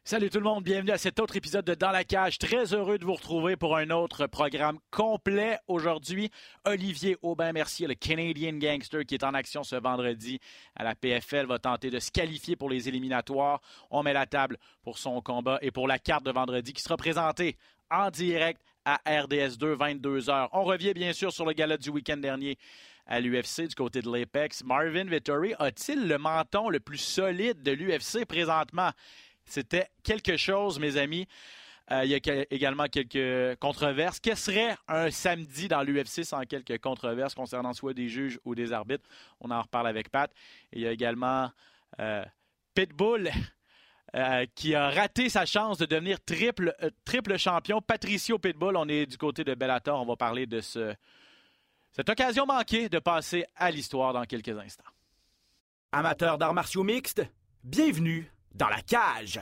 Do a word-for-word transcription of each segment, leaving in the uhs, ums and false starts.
Salut tout le monde, bienvenue à cet autre épisode de Dans la cage. Très heureux de vous retrouver pour un autre programme complet aujourd'hui. Olivier Aubin-Mercier, le Canadian Gangster qui est en action ce vendredi à la P F L, va tenter de se qualifier pour les éliminatoires. On met la table pour son combat et pour la carte de vendredi qui sera présentée en direct à R D S deux, vingt-deux heures. On revient bien sûr sur le gala du week-end dernier à l'U F C du côté de l'Apex. Marvin Vettori a-t-il le menton le plus solide de l'U F C présentement? C'était quelque chose, mes amis. Euh, il y a que- également quelques controverses. Qu'est-ce serait un samedi dans l'U F C sans quelques controverses concernant soit des juges ou des arbitres? On en reparle avec Pat. Et il y a également euh, Pitbull euh, qui a raté sa chance de devenir triple, euh, triple champion. Patricio Pitbull, on est du côté de Bellator. On va parler de ce, cette occasion manquée de passer à l'histoire dans quelques instants. Amateurs d'arts martiaux mixtes, bienvenue dans la cage.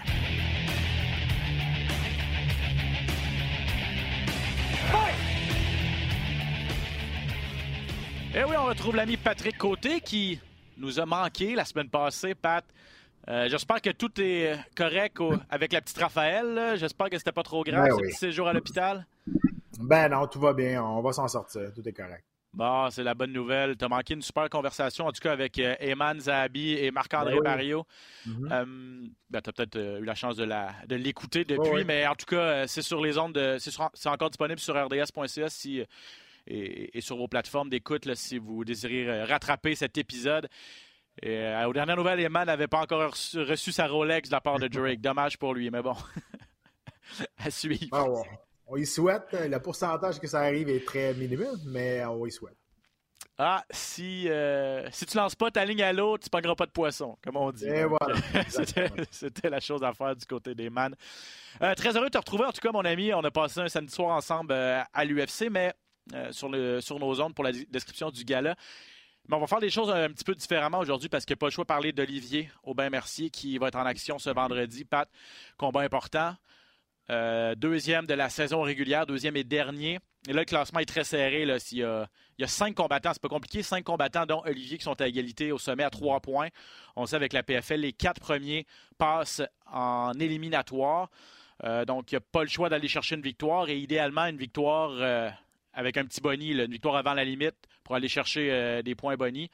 Et oui, on retrouve l'ami Patrick Côté qui nous a manqué la semaine passée, Pat. Euh, j'espère que tout est correct au- avec la petite Raphaël. là. J'espère que c'était pas trop grave, Ben ce oui. petit séjour à l'hôpital. Ben non, tout va bien. On va s'en sortir. Tout est correct. Bon, c'est la bonne nouvelle. Tu as manqué une super conversation, en tout cas avec euh, Eman Zahabi et Marc-André Ben oui. Barrio. Mhm. Euh, ben, tu as peut-être euh, eu la chance de, la, de l'écouter depuis, Oui, oui. mais en tout cas, euh, c'est sur les ondes, de, c'est, sur- c'est encore disponible sur R D S point C A si, euh, et, et sur vos plateformes d'écoute là, si vous désirez euh, rattraper cet épisode. Et, euh, aux dernières nouvelles, Eman n'avait pas encore reçu, reçu sa Rolex de la part de Drake. Dommage pour lui, mais bon, à suivre. Ah, ouais. On y souhaite. Le pourcentage que ça arrive est très minime, mais on y souhaite. Ah, si, euh, si tu lances pas ta ligne à l'autre, tu ne pogneras pas de poisson, comme on dit. Et Donc, voilà. euh, c'était, c'était la chose à faire du côté des man. Euh, très heureux de te retrouver. En tout cas, mon ami, on a passé un samedi soir ensemble euh, à l'U F C, mais euh, sur, le, sur nos ondes pour la di- description du gala. Mais on va faire des choses un petit peu différemment aujourd'hui parce qu'il n'y a pas le choix de parler d'Olivier Aubin-Mercier qui va être en action ce vendredi. Pat, combat important. Euh, deuxième de la saison régulière, deuxième et dernier. Et là, le classement est très serré. Là. S'il y a, il y a cinq combattants, c'est pas compliqué, cinq combattants, dont Olivier, qui sont à égalité au sommet à trois points. On sait avec la P F L, les quatre premiers passent en éliminatoire. Euh, donc, il n'y a pas le choix d'aller chercher une victoire. Et idéalement, une victoire euh, avec un petit boni, là, une victoire avant la limite pour aller chercher euh, des points boni.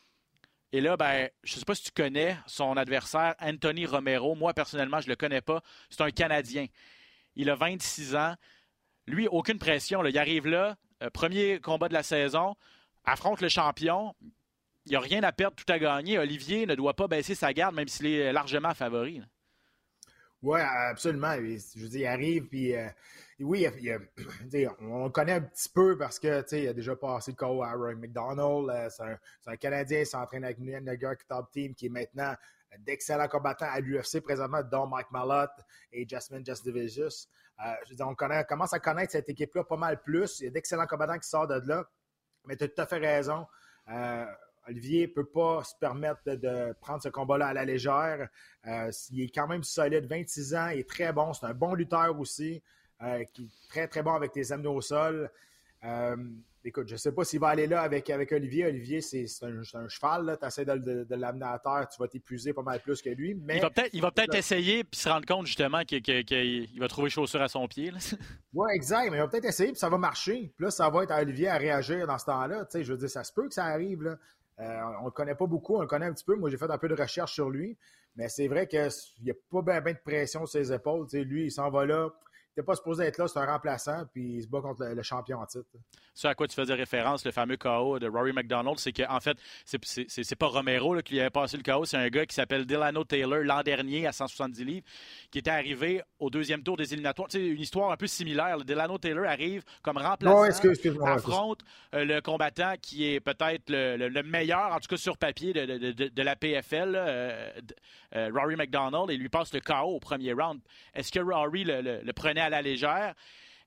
Et là, ben, je ne sais pas si tu connais son adversaire, Anthony Romero. Moi, personnellement, je ne le connais pas. C'est un Canadien. Il a vingt-six ans. Lui, aucune pression. Là. Il arrive là, euh, premier combat de la saison, affronte le champion. Il n'y a rien à perdre, tout à gagner. Olivier ne doit pas baisser sa garde, même s'il est largement favori. là. Oui, absolument. Je veux dire, il arrive, puis euh, oui, il a- il a- tu sais, on le connaît un petit peu parce que tu sais, il a déjà passé le K O à Roy McDonald. Euh, c'est, un, c'est un Canadien, il s'entraîne avec Nguyen Nagak Top Team, qui est maintenant d'excellents combattants à l'U F C présentement, dont Mike Malott et Jasmine Jasudavicius. Euh, je veux dire, on, connaît, on commence à connaître cette équipe-là pas mal plus. Il y a d'excellents combattants qui sortent de là. Mais tu as tout à fait raison. Euh, Olivier ne peut pas se permettre de, de prendre ce combat-là à la légère. Euh, il est quand même solide, vingt-six ans, il est très bon. C'est un bon lutteur aussi, euh, qui est très, très bon avec les amenés au sol. Euh, écoute, je ne sais pas s'il va aller là avec, avec Olivier. Olivier, c'est, c'est, un, c'est un cheval. Tu essaies de, de, de l'amener à terre, tu vas t'épuiser pas mal plus que lui. Mais Il va peut-être, il va peut-être essayer puis se rendre compte justement qu'il, qu'il- qu'il va trouver chaussure à son pied. là. oui, exact. Mais il va peut-être essayer, puis ça va marcher. Puis là, ça va être à Olivier à réagir dans ce temps-là. Tu sais, je veux dire, ça se peut que ça arrive. Là. Euh, on ne le connaît pas beaucoup, on le connaît un petit peu. Moi, j'ai fait un peu de recherche sur lui. Mais c'est vrai qu'il n'y a pas bien ben de pression sur ses épaules. Tu sais, lui, il s'en va là. Il n'était pas supposé être là, c'est un remplaçant, puis il se bat contre le, le champion en titre. Ce à quoi tu faisais référence, le fameux K O de Rory McDonald, c'est qu'en fait, c'est, c'est, c'est, c'est pas Romero là, qui lui avait passé le K O, c'est un gars qui s'appelle Delano Taylor l'an dernier à cent soixante-dix livres, qui était arrivé au deuxième tour des éliminatoires. Tu sais, une histoire un peu similaire. là. Delano Taylor arrive comme remplaçant, Non, excuse, excuse-moi. affronte euh, le combattant qui est peut-être le, le- le meilleur, en tout cas sur papier, de, de- de- de la P F L, là, euh, euh, Rory McDonald, et lui passe le K O au premier round. Est-ce que Rory le, le- le prenait à la légère?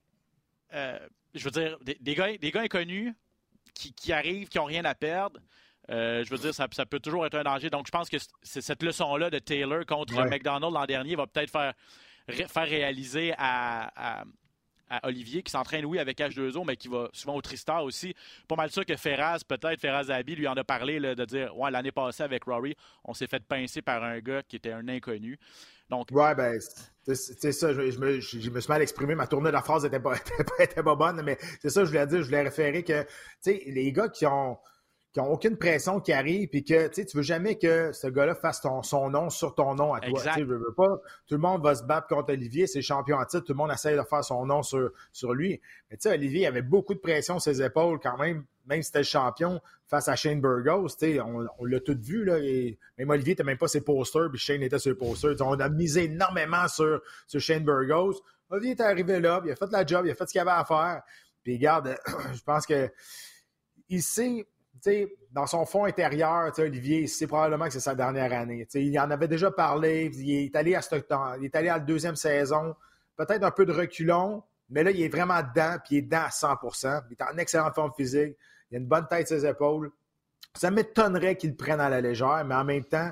Euh, je veux dire, des, des, gars, des gars inconnus qui, qui arrivent, qui n'ont rien à perdre, euh, je veux dire, ça, ça peut toujours être un danger. Donc, je pense que c'est cette leçon-là de Taylor contre Ouais. McDonald l'an dernier va peut-être faire, ré- faire réaliser à, à, à Olivier, qui s'entraîne, oui, avec H deux O, mais qui va souvent au Tristar aussi. Pas mal sûr que Ferraz, peut-être, Ferraz Abi, lui en a parlé, là, de dire, ouais, l'année passée avec Rory, on s'est fait pincer par un gars qui était un inconnu. Donc, ouais, ben, c'est ça, je, je, me, je, je me suis mal exprimé, ma tournée de la phrase n'était pas, était pas, était pas bonne, mais c'est ça, je voulais dire, je voulais référer que, tu sais, les gars qui ont, qui ont aucune pression qui arrive, puis que, tu sais, tu veux jamais que ce gars-là fasse ton, son nom sur ton nom à toi. Tu sais, je veux pas, tout le monde va se battre contre Olivier, c'est champion en titre, tout le monde essaie de faire son nom sur, sur lui. Mais tu sais, Olivier avait beaucoup de pression sur ses épaules quand même, même si c'était le champion, face à Shane Burgos, tu sais, on, on l'a tout vu, là, et même Olivier n'était même pas ses posters, puis Shane était sur les posters. T'sais, on a misé énormément sur, sur Shane Burgos. Olivier est arrivé là, il a fait la job, il a fait ce qu'il avait à faire. Puis regarde, je pense que il sait, tu sais, dans son fond intérieur, tu sais, Olivier, il sait probablement que c'est sa dernière année. Tu sais, il en avait déjà parlé, il est allé à ce temps, il est allé à la deuxième saison, peut-être un peu de reculons, mais là, il est vraiment dedans, puis il est dedans à cent pour cent. Il est en excellente forme physique. Il a une bonne tête sur ses épaules. Ça m'étonnerait qu'il le prenne à la légère, mais en même temps,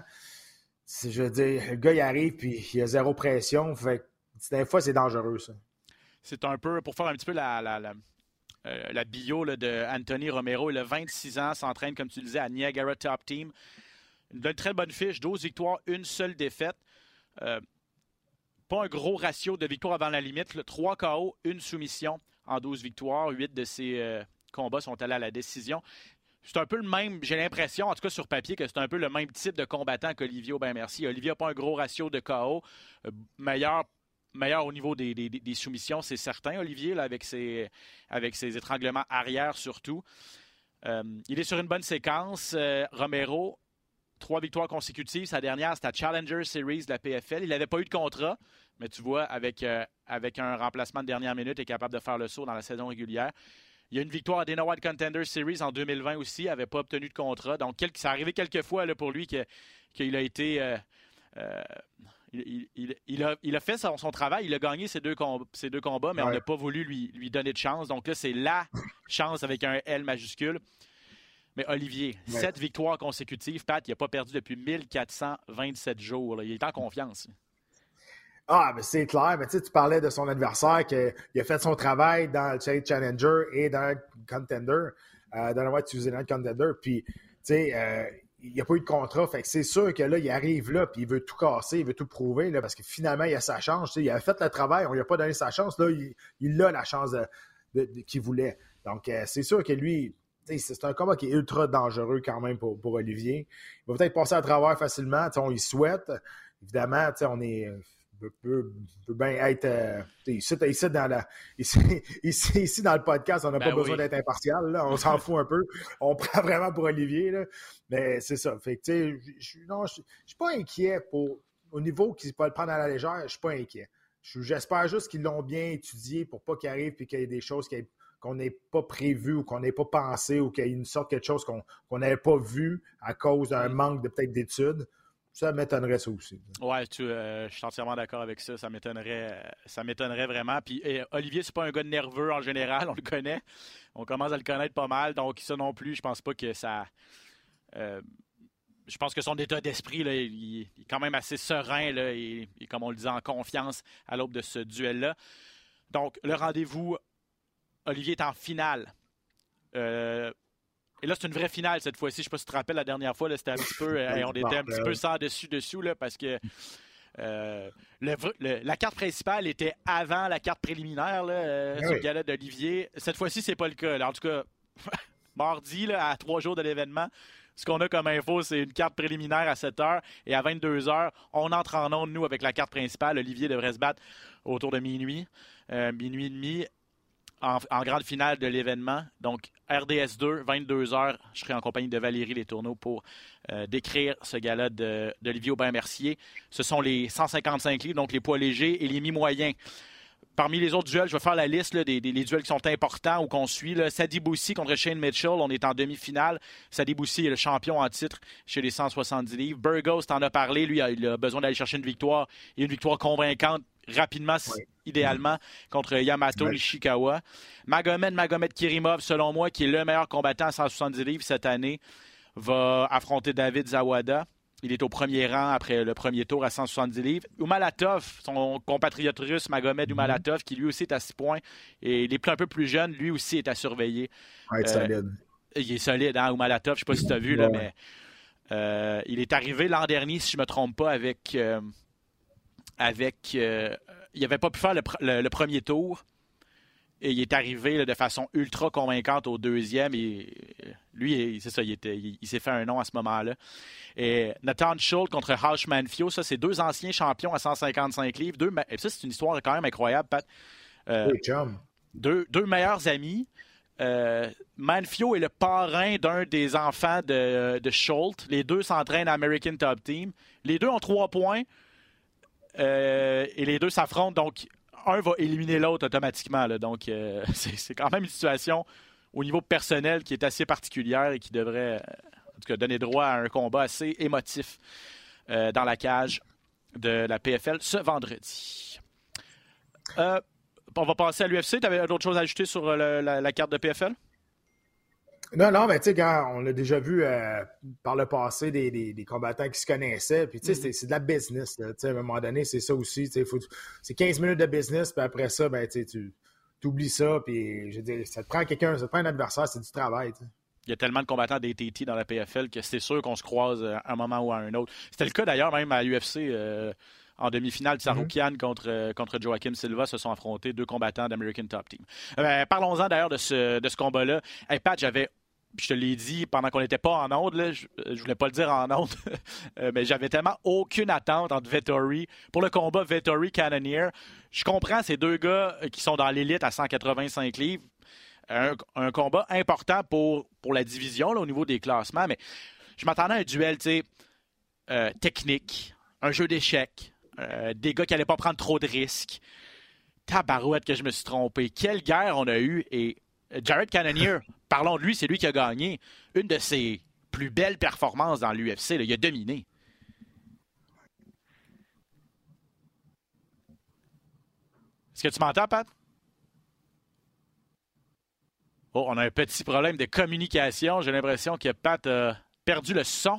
je veux dire, le gars, il arrive puis il a zéro pression. Fait que, des fois, c'est dangereux, ça. C'est un peu, pour faire un petit peu la, la, la, euh, la bio là, de Anthony Romero, il a vingt-six ans, s'entraîne, comme tu le disais, à Niagara Top Team. Une très bonne fiche, douze victoires, une seule défaite. Euh, pas un gros ratio de victoires avant la limite. Là, trois K O, une soumission en douze victoires. huit de ses euh, combats sont allés à la décision. C'est un peu le même, j'ai l'impression, en tout cas sur papier, que c'est un peu le même type de combattant qu'Olivier Aubin-Mercier. Olivier n'a pas un gros ratio de K O. Euh, meilleur, meilleur au niveau des, des, des soumissions, c'est certain, Olivier, là, avec, ses, avec ses étranglements arrière surtout. Euh, il est sur une bonne séquence. Euh, Romero, trois victoires consécutives. Sa dernière, c'était à Challenger Series de la P F L. Il n'avait pas eu de contrat, mais tu vois, avec, euh, avec un remplacement de dernière minute, il est capable de faire le saut dans la saison régulière. Il y a une victoire à Dana White Contender Series en deux mille vingt aussi. Il n'avait pas obtenu de contrat. Donc, quel, ça arrivé quelques fois là, pour lui que, qu'il a été... Euh, euh, il, il, il, a, il a fait son, son travail. Il a gagné ses deux, com- ses deux combats, mais ouais. On n'a pas voulu lui, lui donner de chance. Donc là, c'est la chance avec un L majuscule. Mais Olivier, ouais. sept victoires consécutives. Pat, il n'a pas perdu depuis mille quatre cent vingt-sept jours. Là. Il est en confiance. Ah, mais c'est clair. Mais tu sais, tu parlais de son adversaire qu'il a fait son travail dans le Challenger et dans le Contender, euh, dans le White Tuesday Night Contender. Puis, tu sais, euh, il n'y a pas eu de contrat. Fait que c'est sûr que là, il arrive là, puis il veut tout casser, il veut tout prouver, là, parce que finalement, il a sa chance. Tu sais, il a fait le travail, on lui a pas donné sa chance. Là, il, il a la chance de, de, de, qu'il voulait. Donc, euh, c'est sûr que lui... C'est un combat qui est ultra dangereux quand même pour, pour Olivier. Il va peut-être passer à travers facilement. On y souhaite. Évidemment, on est peut, peut, peut bien être euh, ici, ici, dans la, ici, ici, ici dans le podcast, on n'a ben pas oui. besoin d'être impartial. Là. On s'en fout un peu. On prend vraiment pour Olivier. Là. Mais c'est ça. Fait que, je ne suis pas inquiet pour au niveau qu'il peut le prendre à la légère. Je ne suis pas inquiet. J'espère juste qu'ils l'ont bien étudié pour pas qu'il arrive et qu'il y ait des choses qui qu'on n'ait pas prévu ou qu'on n'ait pas pensé ou qu'il y ait une sorte de quelque chose qu'on qu'on n'avait pas vu à cause d'un manque de peut-être d'études. Ça m'étonnerait ça aussi. Oui, euh, je suis entièrement d'accord avec ça. Ça m'étonnerait, ça m'étonnerait vraiment. Puis et Olivier, c'est pas un gars nerveux en général, on le connaît. On commence à le connaître pas mal. Donc ça non plus, je pense pas que ça... Euh, je pense que son état d'esprit, là, il, il est quand même assez serein. Là, et, et comme on le disait, en confiance à l'aube de ce duel-là. Donc, le rendez-vous... Olivier est en finale. Euh, et là, c'est une vraie finale cette fois-ci. Je ne sais pas si tu te rappelles, la dernière fois, là, c'était un petit peu, euh, on était un petit peu sans dessus-dessous là, parce que euh, le, le, la carte principale était avant la carte préliminaire là, euh, sur oui. le gala d'Olivier. Cette fois-ci, c'est pas le cas. Là, en tout cas, mardi, là, à trois jours de l'événement, ce qu'on a comme info, c'est une carte préliminaire à sept heures et à vingt-deux heures, on entre en onde, nous, avec la carte principale. Olivier devrait se battre autour de minuit, euh, minuit et demi. En, en grande finale de l'événement. Donc, R D S deux, vingt-deux heures. Je serai en compagnie de Valérie Letourneau pour euh, décrire ce gala de, d'Olivier Aubin-Mercier. Ce sont les cent cinquante-cinq livres, donc les poids légers et les mi-moyens. Parmi les autres duels, je vais faire la liste là, des, des les duels qui sont importants ou qu'on suit. Là. Sadie Boussi contre Shane Mitchell, on est en demi-finale. Sadie Boussi est le champion en titre chez les cent soixante-dix livres. Burgos, t'en as parlé, lui, il a besoin d'aller chercher une victoire et une victoire convaincante rapidement, oui. idéalement, contre Yamato oui. Ishikawa. Magomed Magomed Kirimov, selon moi, qui est le meilleur combattant à cent soixante-dix livres cette année, va affronter David Zawada. Il est au premier rang après le premier tour à cent soixante-dix livres. Umalatov, son compatriote russe, Magomed Umalatov, qui lui aussi est à six points, et il est un peu plus jeune, lui aussi est à surveiller. Ouais, il est euh, solide. Il est solide, hein, Umalatov. Je ne sais pas si tu as vu, ouais. là, mais euh, il est arrivé l'an dernier, si je ne me trompe pas, avec... Euh, avec euh, il n'avait pas pu faire le, le, le premier tour. Et il est arrivé là, de façon ultra convaincante au deuxième. Et lui, c'est ça, il, était, il, il s'est fait un nom à ce moment-là. Et Nathan Schultz contre Hausch Manfio, ça, c'est deux anciens champions à cent cinquante-cinq livres. Deux, et ça, c'est une histoire quand même incroyable, Pat. Euh, oui, chum. Deux, deux meilleurs amis. Euh, Manfio est le parrain d'un des enfants de, de Schultz. Les deux s'entraînent à American Top Team. Les deux ont trois points. Euh, et les deux s'affrontent, donc un va éliminer l'autre automatiquement. Là. Donc, euh, c'est, c'est quand même une situation au niveau personnel qui est assez particulière et qui devrait, en tout cas, donner droit à un combat assez émotif euh, dans la cage de la P F L ce vendredi. Euh, on va passer à l'U F C. Tu avais d'autres choses à ajouter sur le, la, la carte de P F L? Non, non, mais tu sais, quand on a déjà vu euh, par le passé des, des, des combattants qui se connaissaient, puis tu sais, mm-hmm. c'est, c'est de la business. Là, à un moment donné, c'est ça aussi. Faut, c'est quinze minutes de business, puis après ça, ben, tu oublies ça, puis je veux dire, ça te prend quelqu'un, ça te prend un adversaire, c'est du travail. T'sais. Il y a tellement de combattants des T T dans la P F L que c'est sûr qu'on se croise à un moment ou à un autre. C'était le cas d'ailleurs même à l'U F C. Euh, en demi-finale, Tsaroukian mm-hmm. contre, contre Joaquim Silva se sont affrontés, deux combattants d'American Top Team. Euh, parlons-en d'ailleurs de ce, de ce combat-là. Hey Pat, j'avais, je te l'ai dit pendant qu'on n'était pas en onde, là, je, je voulais pas le dire en onde, mais j'avais tellement aucune attente entre Vettori pour le combat Vettori-Cannonier. Je comprends ces deux gars qui sont dans l'élite à cent quatre-vingt-cinq livres. Un, un combat important pour, pour la division là, au niveau des classements, mais je m'attendais à un duel euh, technique, un jeu d'échecs, euh, des gars qui n'allaient pas prendre trop de risques. Tabarouette que je me suis trompé. Quelle guerre on a eue. Et Jared Cannonier, parlons de lui, c'est lui qui a gagné une de ses plus belles performances dans l'U F C. Là. Il a dominé. Est-ce que tu m'entends, Pat? Oh, on a un petit problème de communication. J'ai l'impression que Pat a perdu le son.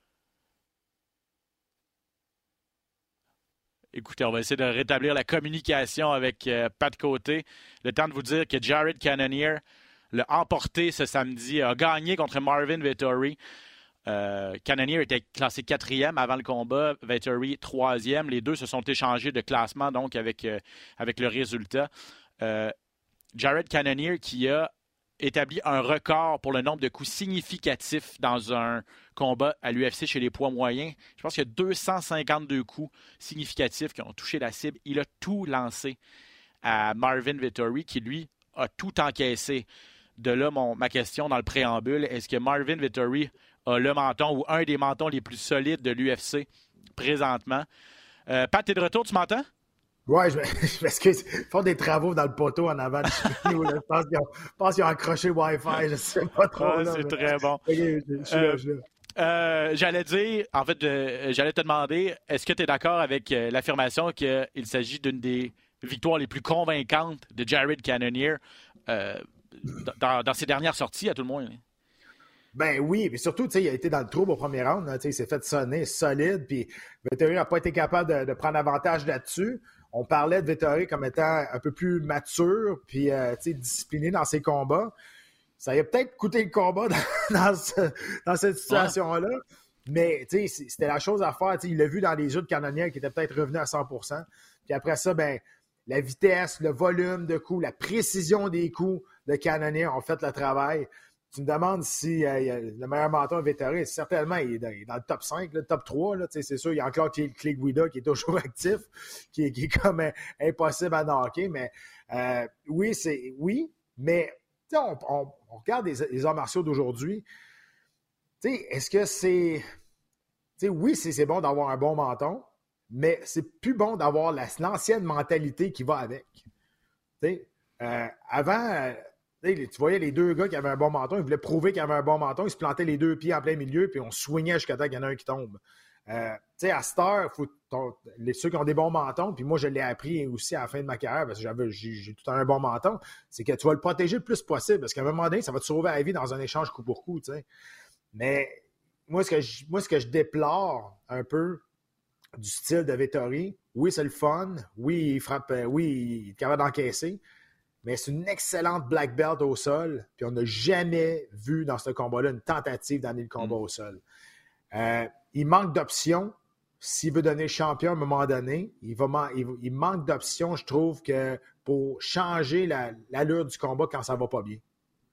Écoutez, on va essayer de rétablir la communication avec euh, Pat Côté. Le temps de vous dire que Jared Cannonier l'a emporté ce samedi, a gagné contre Marvin Vettori. Euh, Cannonier était classé quatrième avant le combat, Vettori troisième. Les deux se sont échangés de classement donc avec, euh, avec le résultat. Euh, Jared Cannonier qui a établi un record pour le nombre de coups significatifs dans un combat à l'U F C chez les poids moyens. Je pense qu'il y a deux cent cinquante-deux coups significatifs qui ont touché la cible. Il a tout lancé à Marvin Vettori, qui, lui, a tout encaissé. De là, mon, ma question dans le préambule, est-ce que Marvin Vettori a le menton ou un des mentons les plus solides de l'U F C présentement? Euh, Pat, t'es de retour, tu m'entends? Oui, je m'excuse. Ils font des travaux dans le poteau en avant de chez nous. Là. Je pense qu'ils ont, je pense qu'ils ont accroché le Wi-Fi. Je ne sais pas trop. Ah, là, c'est mais... très bon. Okay, je, je suis euh, là, je suis là. Euh, j'allais dire, en fait, euh, j'allais te demander, est-ce que tu es d'accord avec euh, l'affirmation qu'il s'agit d'une des victoires les plus convaincantes de Jared Cannonier euh, dans, dans ses dernières sorties, à tout le moins? Hein? Ben oui, mais surtout, tu sais, il a été dans le trouble au premier round. Là, il s'est fait sonner solide, puis Vettori n'a pas été capable de, de prendre avantage là-dessus. On parlait de Vettori comme étant un peu plus mature, puis euh, discipliné dans ses combats. Ça a peut-être coûté le combat dans, dans, ce, dans cette situation-là, ouais. Mais c'était la chose à faire. Il l'a vu dans les jeux de Cannonier qui étaient peut-être revenus à cent pour cent. Puis après ça, ben la vitesse, le volume de coups, la précision des coups de Cannonier ont fait le travail. Tu me demandes si euh, le meilleur menton est Vettori. Certainement, il est dans, il est dans le top cinq, le top trois. Là, c'est sûr, il y a encore Clay Guida qui est toujours actif, qui est, qui est comme euh, impossible à knocker. Mais euh, oui, c'est oui, mais on, on, on regarde les, les arts martiaux d'aujourd'hui. Est-ce que c'est... Oui, c'est, c'est bon d'avoir un bon menton, mais c'est plus bon d'avoir la, l'ancienne mentalité qui va avec. Euh, avant... Tu voyais les deux gars qui avaient un bon menton, ils voulaient prouver qu'ils avaient un bon menton, ils se plantaient les deux pieds en plein milieu, puis on swingait jusqu'à temps qu'il y en a un qui tombe. Euh, tu sais, à cette heure, faut, ton, les, ceux qui ont des bons mentons, puis moi, je l'ai appris aussi à la fin de ma carrière, parce que j'avais, j'ai, j'ai tout un bon menton, c'est que tu vas le protéger le plus possible, parce qu'à un moment donné, ça va te sauver la vie dans un échange coup pour coup, tu sais. Mais moi, ce que je, moi, ce que je déplore un peu du style de Vettori, oui, c'est le fun. Oui, il frappe, oui, il est capable d'encaisser. Mais c'est une excellente black belt au sol. Puis on n'a jamais vu dans ce combat-là une tentative d'amener le combat mm. au sol. Euh, il manque d'options. S'il veut donner le champion à un moment donné, il, va man- il, il manque d'options, je trouve, que pour changer la, l'allure du combat quand ça va pas bien.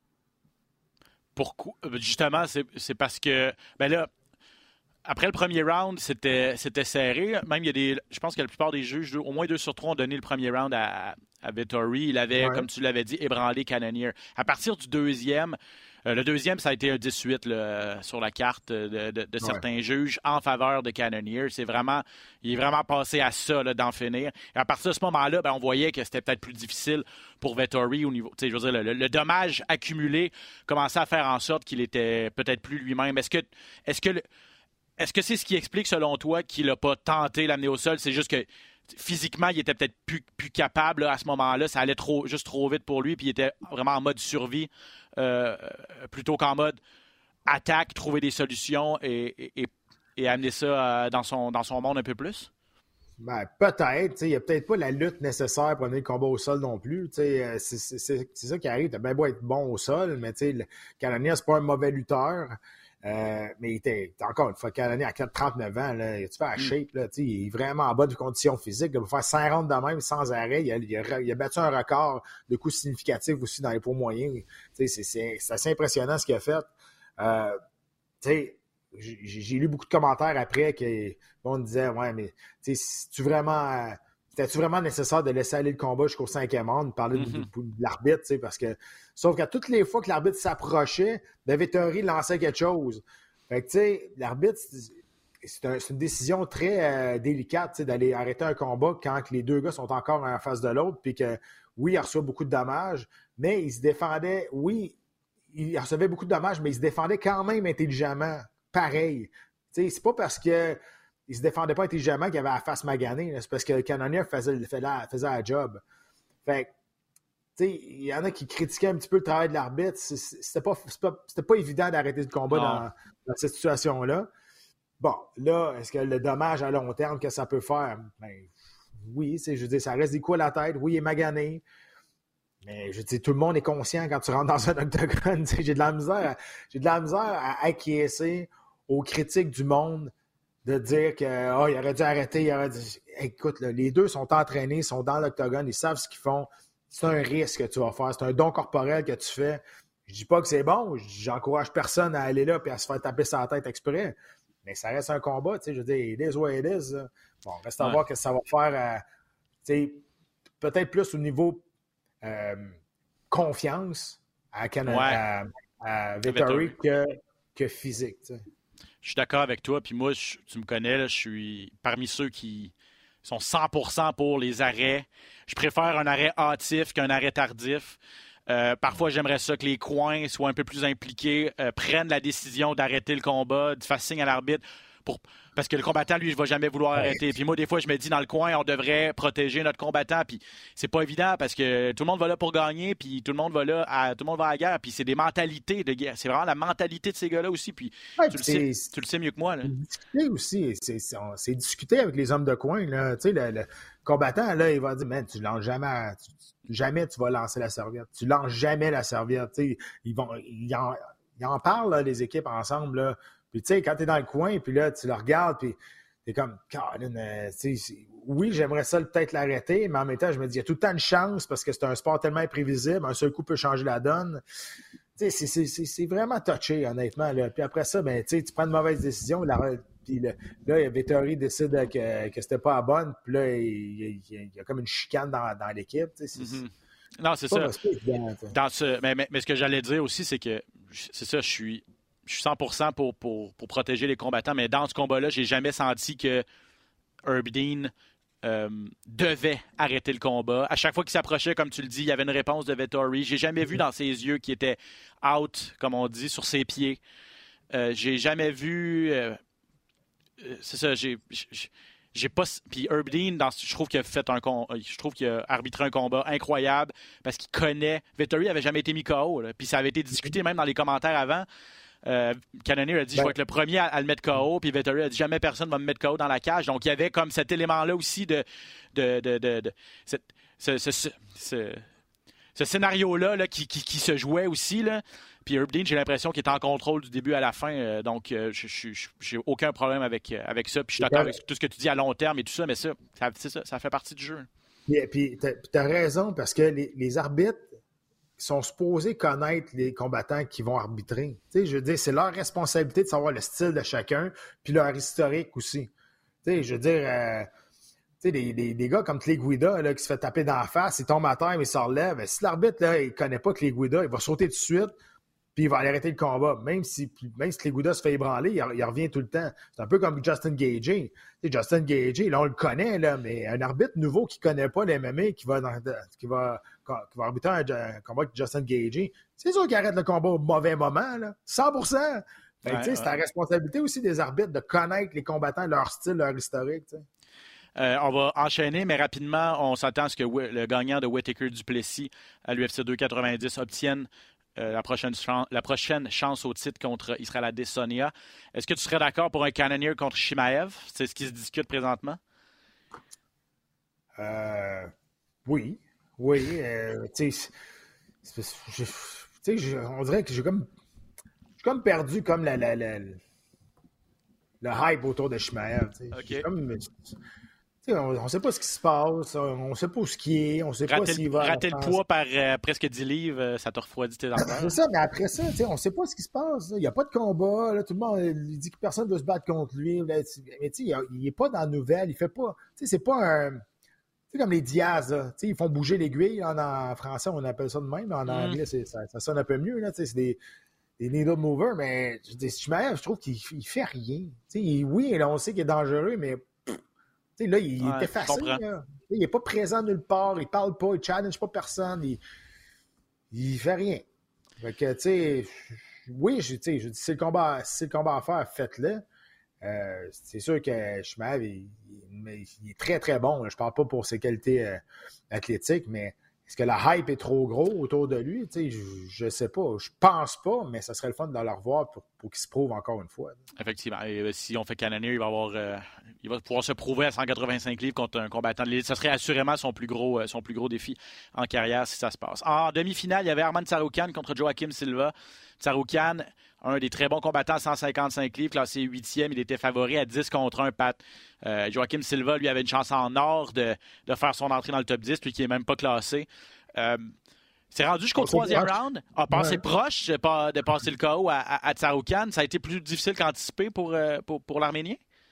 Pourquoi? Justement, c'est, c'est parce que, ben là, après le premier round, c'était, c'était serré. Même, il y a des, je pense que la plupart des juges, au moins deux sur trois, ont donné le premier round à, à Vettori. Il avait, ouais. comme tu l'avais dit, ébranlé Cannonier. À partir du deuxième, euh, le deuxième, ça a été un dix-huit là, sur la carte de, de, de certains ouais. juges en faveur de Cannonier. C'est vraiment, il est vraiment passé à ça, là, d'en finir. Et à partir de ce moment-là, ben, on voyait que c'était peut-être plus difficile pour Vettori au niveau, tu sais, je veux dire, le, le dommage accumulé commençait à faire en sorte qu'il était peut-être plus lui-même. Est-ce que, est-ce que le, Est-ce que c'est ce qui explique, selon toi, qu'il n'a pas tenté l'amener au sol? C'est juste que physiquement, il était peut-être plus, plus capable là, à ce moment-là. Ça allait trop, juste trop vite pour lui, puis il était vraiment en mode survie euh, plutôt qu'en mode attaque, trouver des solutions et, et, et amener ça dans son, dans son monde un peu plus? Ben, peut-être. Il n'y a peut-être pas la lutte nécessaire pour amener le combat au sol non plus. C'est, c'est, c'est, c'est ça qui arrive. Tu as bien beau être bon au sol, mais Cannonier, c'est pas un mauvais lutteur. Euh, mais il était, encore une fois, Cannonier à trente-neuf ans, là, tu fais la shape, là, il est vraiment en bonne condition physique. Il va faire cinq rounds de même sans arrêt. Il a, il, a, il a battu un record de coups significatifs aussi dans les poids moyens. C'est, c'est, c'est assez impressionnant ce qu'il a fait. Euh, j'ai, j'ai lu beaucoup de commentaires après que on disait ouais, mais c'est-tu vraiment. C'était-tu vraiment nécessaire de laisser aller le combat jusqu'au cinquième round, parler mm-hmm. de, de, de l'arbitre, tu sais, parce que, sauf qu'à toutes les fois que l'arbitre s'approchait, ben Vettori lançait quelque chose. Fait que, tu sais, l'arbitre, c'est, un, c'est une décision très euh, délicate, tu sais, d'aller arrêter un combat quand les deux gars sont encore en face de l'autre, puis que, oui, il reçoit beaucoup de dommages, mais il se défendait, oui, il recevait beaucoup de dommages, mais il se défendait quand même intelligemment, pareil. Tu sais, c'est pas parce que il se défendait pas intelligemment qu'il avait la face maganée. Là. C'est parce que Cannonier faisait, faisait, la, faisait la job. Fait que, tu sais, il y en a qui critiquaient un petit peu le travail de l'arbitre. C'était pas, pas, c'était pas évident d'arrêter le combat dans, dans cette situation-là. Bon, là, est-ce que le dommage à long terme que ça peut faire? Ben, oui, je veux dire, ça reste des coups à la tête. Oui, il est magané. Mais je veux dire, tout le monde est conscient quand tu rentres dans un octogone. J'ai de la misère, à, j'ai de la misère à acquiescer aux critiques du monde de dire qu'il oh, aurait dû arrêter, il aurait dû... Écoute, là, les deux sont entraînés, sont dans l'octogone, ils savent ce qu'ils font. C'est un risque que tu vas faire, c'est un don corporel que tu fais. Je dis pas que c'est bon, j'encourage personne à aller là et à se faire taper sur la tête exprès, mais ça reste un combat, tu sais, je veux dire, it is what it is. Là. Bon, reste à ouais. voir ce que ça va faire, tu sais, peut-être plus au niveau euh, confiance à, Can- ouais. à, à Vettori que, que physique, tu sais. Je suis d'accord avec toi. Puis moi, je, tu me connais, là, je suis parmi ceux qui sont cent pour cent pour les arrêts. Je préfère un arrêt hâtif qu'un arrêt tardif. Euh, parfois, j'aimerais ça que les coins soient un peu plus impliqués, euh, prennent la décision d'arrêter le combat, de faire signe à l'arbitre. Pour... Parce que le combattant, lui, je ne vais jamais vouloir arrêter. Puis moi, des fois, je me dis, dans le coin, on devrait protéger notre combattant. Puis c'est pas évident parce que tout le monde va là pour gagner, puis tout le monde va là, à... tout le monde va à la guerre. Puis c'est des mentalités de guerre. C'est vraiment la mentalité de ces gars-là aussi. Puis ouais, tu, le sais, tu le sais mieux que moi. Là. Discuter aussi. C'est, c'est, c'est discuter avec les hommes de coin. Là. Tu sais, le, le combattant, là, il va dire, man, tu lances jamais, tu, jamais tu vas lancer la serviette. Tu lances jamais la serviette. Tu sais, ils vont, ils en, ils en parlent, là, les équipes ensemble, là. Puis, tu sais, quand t'es dans le coin, puis là, tu le regardes, puis t'es comme, Colin, euh, tu sais, oui, j'aimerais ça peut-être l'arrêter, mais en même temps, je me dis, il y a tout le temps une chance parce que c'est un sport tellement imprévisible, un seul coup peut changer la donne. Tu sais, c'est, c'est, c'est, c'est vraiment touché, honnêtement. Là. Puis après ça, ben, tu sais, tu prends une mauvaise décision, la, puis là, là, Vettori décide que, que c'était pas la bonne, puis là, il, il, il y a comme une chicane dans, dans l'équipe, tu sais, c'est, mm-hmm. Non, c'est, c'est ça. Bien, dans ce, mais, mais, mais ce que j'allais dire aussi, c'est que, c'est ça, je suis... Je suis cent pour cent pour, pour, pour protéger les combattants, mais dans ce combat-là, j'ai jamais senti que Herb Dean euh, devait arrêter le combat. À chaque fois qu'il s'approchait, comme tu le dis, il y avait une réponse de Vettori. J'ai jamais vu dans ses yeux qui était out, comme on dit, sur ses pieds. Euh, j'ai jamais vu... Euh, c'est ça, j'ai... j'ai J'ai pas puis Herb Dean, dans, je trouve qu'il a fait un je trouve qu'il a arbitré un combat incroyable parce qu'il connaît. Vettori avait jamais été mis K O, là, puis ça avait été discuté même dans les commentaires avant. Euh, Cannonier a dit ben, je vais être le premier à, à le mettre K O, puis Vettori a dit jamais personne va me mettre K O dans la cage. Donc il y avait comme cet élément-là aussi de, de, de, de, de cette, ce, ce, ce, ce, ce scénario-là là, qui, qui, qui se jouait aussi. Là. Puis Herb Dean, j'ai l'impression qu'il est en contrôle du début à la fin. Euh, donc euh, je j'ai aucun problème avec, euh, avec ça. Puis je suis d'accord avec tout ce que tu dis à long terme et tout ça, mais ça, ça, ça, ça fait partie du jeu. Et puis tu as raison parce que les, les arbitres sont supposés connaître les combattants qui vont arbitrer. Tu sais, je veux dire, c'est leur responsabilité de savoir le style de chacun, puis leur historique aussi. Tu sais, je veux dire, euh, tu sais, des, des, des gars comme Clay Guida, là, qui se fait taper dans la face, il tombe à terre, mais il se relève. Si l'arbitre, là, il connaît pas Clay Guida, il va sauter tout de suite, puis il va aller arrêter le combat. Même si, même si Clay Guida se fait ébranler, il, il revient tout le temps. C'est un peu comme Justin Gaethje. Tu sais, Justin Gaethje, là, on le connaît, là, mais un arbitre nouveau qui connaît pas l'M M A, qui va, dans, qui va qui va arbitrer un, un combat avec Justin Gaethje, c'est sûr qu'il arrête le combat au mauvais moment, là. cent pour cent. Fait, ouais, c'est ouais. la responsabilité aussi des arbitres de connaître les combattants, leur style, leur historique. Euh, on va enchaîner, mais rapidement, on s'attend à ce que le gagnant de Whittaker Duplessis à l'U F C deux quatre-vingt-dix obtienne euh, la, prochaine chan- la prochaine chance au titre contre Israel Adesanya. Est-ce que tu serais d'accord pour un Cannonier contre Chimaev? C'est ce qui se discute présentement? Euh, oui. Oui, euh, tu sais, on dirait que j'ai comme, j'ai comme perdu comme la, la, la, le hype autour de Chimaev. Okay. Comme, on ne sait pas ce qui se passe, on ne sait pas où ce qui est, on ne sait rater pas s'il va... Rater le poids par euh, presque dix livres, ça te refroidit tes ardeurs. C'est ça, mais après ça, on ne sait pas ce qui se passe. Il n'y a pas de combat, là, tout le monde il dit que personne ne veut se battre contre lui. Là, mais il n'est pas dans la nouvelle, il fait pas... C'est pas un... C'est comme les Diaz, là. Ils font bouger l'aiguille. En, en français, on appelle ça de même, mais en anglais, mm. ça, ça sonne un peu mieux. Là. C'est des, des needle movers, mais Chimaev, je trouve qu'il ne fait rien. Il, oui, là, on sait qu'il est dangereux, mais là, il ouais, est effacé. Il n'est pas présent nulle part, il ne parle pas, il ne challenge pas personne, il ne fait rien. Fait que, tu sais, oui, je, je dis, si c'est le combat, si c'est le combat à faire, faites-le. Euh, c'est sûr que Chimaev, il, il, il est très, très bon. Là. Je ne parle pas pour ses qualités euh, athlétiques, mais est-ce que la hype est trop gros autour de lui? Je ne sais pas. Je pense pas, mais ça serait le fun de le revoir pour, pour qu'il se prouve encore une fois. Effectivement. Et si on fait Cannonier, il va avoir, euh, il va pouvoir se prouver à cent quatre-vingt-cinq livres contre un combattant de l'élite. Ce serait assurément son plus gros, son plus gros défi en carrière si ça se passe. En demi-finale, il y avait Arman Tsarukyan contre Joaquim Silva. Tsarukyan, un des très bons combattants à cent cinquante-cinq livres, classé huitième. Il était favori à dix contre un, Pat. Euh, Joaquim Silva, lui, avait une chance en or de, de faire son entrée dans le top dix, lui qui n'est même pas classé. Euh, c'est rendu jusqu'au troisième round. A passé ouais. proche de, de passer le K O à, à, à Tsarukyan. Ça a été plus difficile qu'anticipé pour, pour, pour l'Arménien?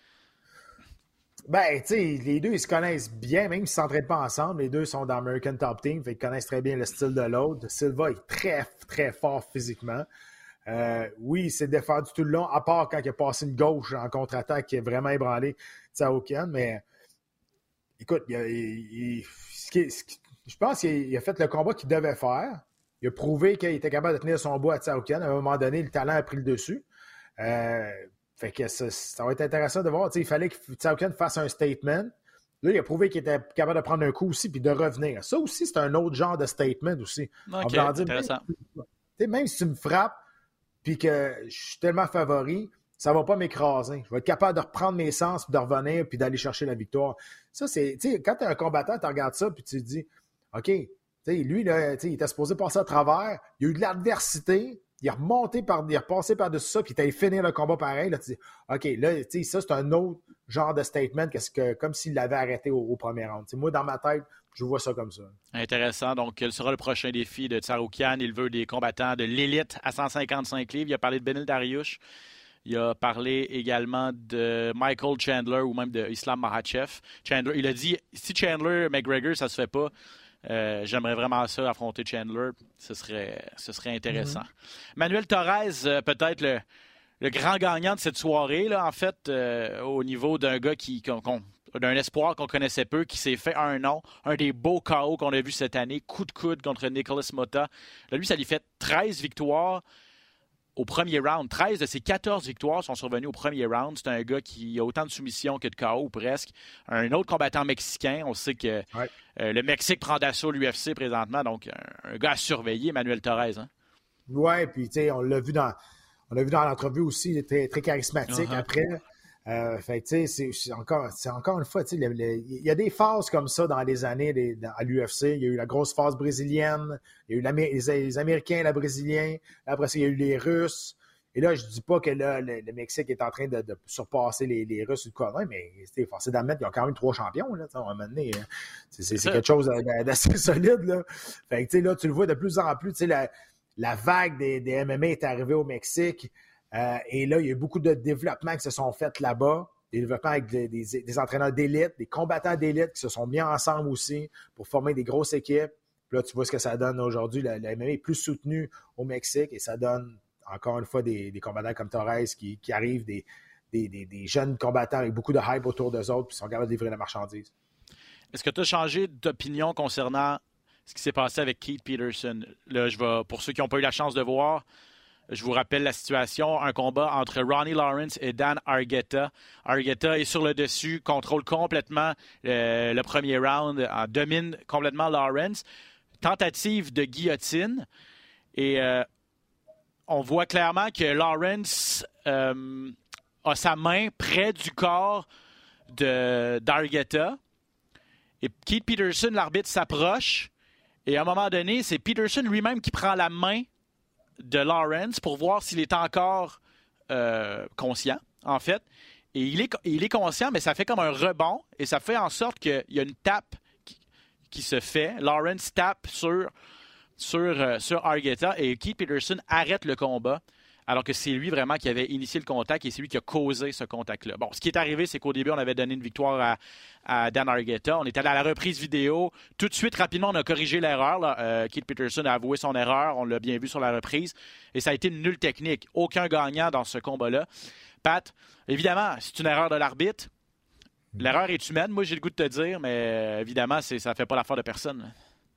Ben, tu sais, les deux, ils se connaissent bien, même s'ils ne s'entraînent pas ensemble. Les deux sont dans American Top Team, fait ils connaissent très bien le style de l'autre. Silva est très, très fort physiquement. Euh, oui, il s'est défendu tout le long, à part quand il a passé une gauche en contre-attaque qui a vraiment ébranlé Tsarukyan. Mais écoute, il a, il, il, ce qui, ce qui, je pense qu'il a fait le combat qu'il devait faire. Il a prouvé qu'il était capable de tenir son bout à Tsarukyan. À un moment donné, le talent a pris le dessus. Euh, fait que ça, ça va être intéressant de voir. T'sais, il fallait que Tsarukyan fasse un statement. Là, il a prouvé qu'il était capable de prendre un coup aussi puis de revenir. Ça aussi, c'est un autre genre de statement aussi. OK, dire, intéressant. Même, même si tu me frappes puis que je suis tellement favori, ça ne va pas m'écraser. Je vais être capable de reprendre mes sens, puis de revenir, puis d'aller chercher la victoire. Ça, c'est, tu sais, quand tu es un combattant, tu regardes ça, puis tu te dis, OK, tu sais, lui, là, il était supposé passer à travers, il y a eu de l'adversité, il est remonté par, il est repassé par-dessus ça, puis il t'a fini le combat pareil. Là, tu dis, OK, là, tu sais, ça, c'est un autre genre de statement, que, que, comme s'il l'avait arrêté au, au premier round. T'sais, moi, dans ma tête, je vois ça comme ça. Intéressant. Donc, quel sera le prochain défi de Tsarukyan? Il veut des combattants de l'élite à cent cinquante-cinq livres. Il a parlé de Benil Dariush. Il a parlé également de Michael Chandler ou même de Islam Makhachev. Chandler, il a dit, si Chandler, McGregor, ça ne se fait pas, euh, j'aimerais vraiment ça, affronter Chandler. Ce serait, ce serait intéressant. Mm-hmm. Manuel Torres, euh, peut-être le, le grand gagnant de cette soirée, là, en fait, euh, au niveau d'un gars qui... qu'on, qu'on, d'un espoir qu'on connaissait peu, qui s'est fait un nom, un des beaux K O qu'on a vu cette année, coup de coude contre Nicholas Motta. Là, lui, ça lui fait treize victoires au premier round. treize de ses quatorze victoires sont survenues au premier round. C'est un gars qui a autant de soumissions que de K O, presque. Un autre combattant mexicain. On sait que ouais. euh, le Mexique prend d'assaut l'U F C présentement, donc un, un gars à surveiller, Manuel Torres. Hein? Oui, puis tu sais, on l'a vu dans... on a vu dans l'entrevue aussi, il était très charismatique uh-huh. après. Euh, fait tu sais, c'est, c'est encore, c'est encore une fois, tu sais, il y a des phases comme ça dans les années des, dans, à l'U F C. Il y a eu la grosse phase brésilienne, il y a eu les, les Américains, les Brésiliens, après ça, il y a eu les Russes. Et là, je dis pas que là, le, le Mexique est en train de, de surpasser les, les Russes ou quoi, non, mais c'est forcé d'admettre qu'ils ont quand même trois champions, là, à un moment donné. C'est, c'est, c'est quelque chose d'assez solide, là. Fait que, tu sais, là, tu le vois de plus en plus, tu sais, la, la vague des, des M M A est arrivée au Mexique. Euh, et là, il y a eu beaucoup de développements qui se sont faits là-bas, des développements avec des, des, des entraîneurs d'élite, des combattants d'élite qui se sont mis ensemble aussi pour former des grosses équipes. Puis là, tu vois ce que ça donne aujourd'hui. La, la M M A est plus soutenue au Mexique et ça donne, encore une fois, des, des combattants comme Torres qui, qui arrivent, des, des, des, des jeunes combattants avec beaucoup de hype autour d'eux autres puis sont capables de livrer la marchandise. Est-ce que tu as changé d'opinion concernant ce qui s'est passé avec Keith Peterson? Là, je vais, pour ceux qui n'ont pas eu la chance de voir, je vous rappelle la situation, un combat entre Ronnie Lawrence et Dan Argueta. Argueta est sur le dessus, contrôle complètement euh, le premier round, en domine complètement Lawrence. Tentative de guillotine et euh, on voit clairement que Lawrence euh, a sa main près du corps de, d'Argueta. Et Keith Peterson, l'arbitre, s'approche et à un moment donné, c'est Peterson lui-même qui prend la main de Lawrence pour voir s'il est encore euh, conscient, en fait. Et il est, il est conscient, mais ça fait comme un rebond et ça fait en sorte qu'il y a une tape qui, qui se fait. Lawrence tape sur, sur, euh, sur Argueta et Keith Peterson arrête le combat alors que c'est lui vraiment qui avait initié le contact et c'est lui qui a causé ce contact-là. Bon, ce qui est arrivé, c'est qu'au début, on avait donné une victoire à, à Dan Argueta. On est allé à la reprise vidéo. Tout de suite, rapidement, on a corrigé l'erreur. Là. Euh, Keith Peterson a avoué son erreur. On l'a bien vu sur la reprise. Et ça a été une nulle technique. Aucun gagnant dans ce combat-là. Pat, évidemment, c'est une erreur de l'arbitre. L'erreur est humaine, moi, j'ai le goût de te dire, mais évidemment, c'est, ça ne fait pas l'affaire de personne.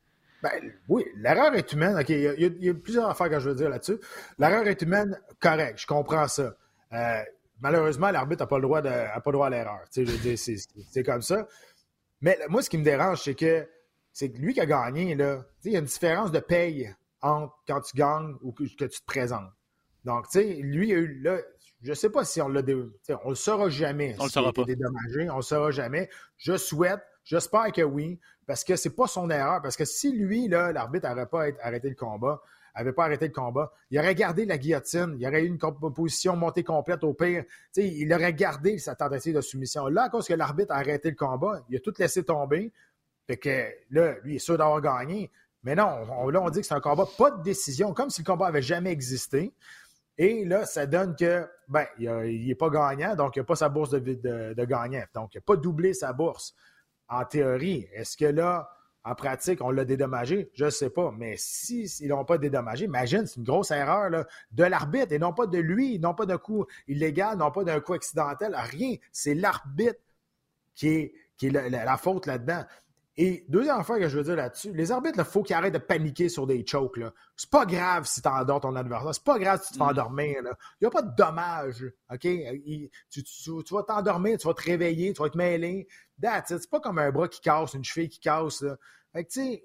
Ben, oui, l'erreur est humaine. OK, il y, a, il y a plusieurs affaires que je veux dire là-dessus. L'erreur est humaine, correct, je comprends ça. Euh, malheureusement, l'arbitre n'a pas le droit, de, a pas le droit à l'erreur. Tu sais, je veux dire, c'est, c'est, c'est comme ça. Mais moi, ce qui me dérange, c'est que c'est lui qui a gagné, là. Tu sais, il y a une différence de paye entre quand tu gagnes ou que, que tu te présentes. Donc, tu sais, lui, il a eu là. Je ne sais pas si on l'a dé... on le saura jamais. On le saura pas. Dédommagé, on le saura jamais. Je souhaite, j'espère que oui, parce que c'est pas son erreur. Parce que si lui, là, l'arbitre n'aurait pas arrêté le combat, n'avait pas arrêté le combat, il aurait gardé la guillotine, il aurait eu une position montée complète au pire. T'sais, il aurait gardé sa tentative de soumission. Là, à cause que l'arbitre a arrêté le combat, il a tout laissé tomber. Fait que là, lui, il est sûr d'avoir gagné. Mais non, on, là, on dit que c'est un combat, pas de décision, comme si le combat avait jamais existé. Et là, ça donne que, ben, il n'est pas gagnant, donc il n'a pas sa bourse de, de, de gagnant. Donc, il n'a pas doublé sa bourse. En théorie, est-ce que là, en pratique, on l'a dédommagé? Je ne sais pas. Mais s'ils si, ne l'ont pas dédommagé, imagine, c'est une grosse erreur là, de l'arbitre et non pas de lui, non pas d'un coup illégal, non pas d'un coup accidentel, rien. C'est l'arbitre qui est, qui est la, la, la faute là-dedans. Et deuxième affaire que je veux dire là-dessus, les arbitres, il faut qu'ils arrêtent de paniquer sur des chokes. Là. C'est pas grave si tu endors ton adversaire. C'est pas grave si tu te fais mm. endormir. Il n'y a pas de dommage. OK? Il, tu, tu, tu vas t'endormir, tu vas te réveiller, tu vas te mêler. That's it. C'est pas comme un bras qui casse, une cheville qui casse. Là. Fait que, tu sais,